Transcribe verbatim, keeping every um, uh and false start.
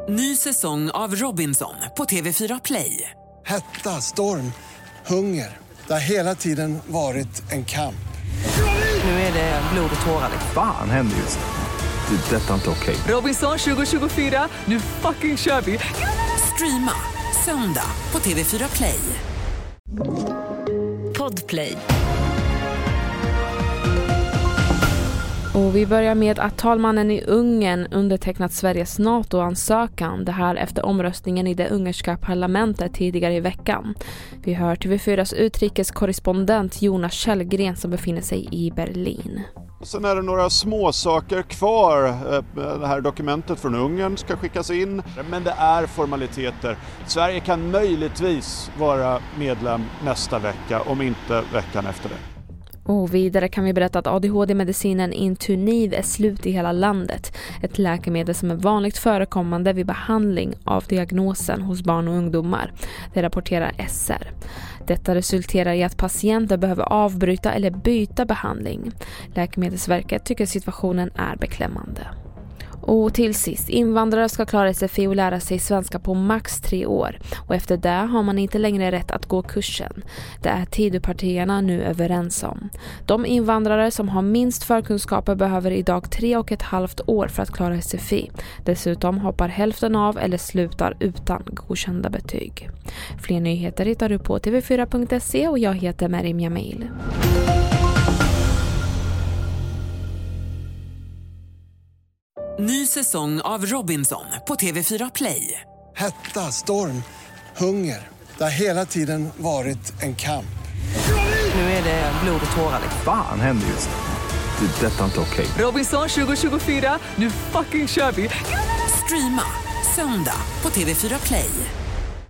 Ny säsong av Robinson på T V fyra Play. Hetta, storm, hunger. Det har hela tiden varit en kamp. Nu är det blod och tårar. Fan händer just det. Det är detta inte okej. Robinson tjugo tjugofyra, nu fucking kör vi. Streama söndag på T V fyra Play. Podplay. Och vi börjar med att talmannen i Ungern undertecknat Sveriges NATO-ansökan. Det här efter omröstningen i det ungerska parlamentet tidigare i veckan. Vi hör T V fyras utrikeskorrespondent Jonas Källgren som befinner sig i Berlin. Sen är det några små saker kvar. Det här dokumentet från Ungern ska skickas in. Men det är formaliteter. Sverige kan möjligtvis vara medlem nästa vecka, om inte veckan efter det. Och vidare kan vi berätta att A D H D-medicinen Intuniv är slut i hela landet. Ett läkemedel som är vanligt förekommande vid behandling av diagnosen hos barn och ungdomar. Det rapporterar S R. Detta resulterar i att patienter behöver avbryta eller byta behandling. Läkemedelsverket tycker situationen är beklämmande. Och till sist, invandrare ska klara S F I och lära sig svenska på max tre år. Och efter det har man inte längre rätt att gå kursen. Det är Tidöpartierna nu överens om. De invandrare som har minst förkunskaper behöver idag tre och ett halvt år för att klara S F I. Dessutom hoppar hälften av eller slutar utan godkända betyg. Fler nyheter hittar du på t v fyra punkt se och jag heter Merim Jamil. Ny säsong av Robinson på T V fyra Play. Hetta, storm, hunger. Det har hela tiden varit en kamp. Nu är det blod och tårar. Fan händer just det. Det är detta inte okej. Robinson tjugo tjugofyra, nu fucking kör vi. Streama söndag på T V fyra Play.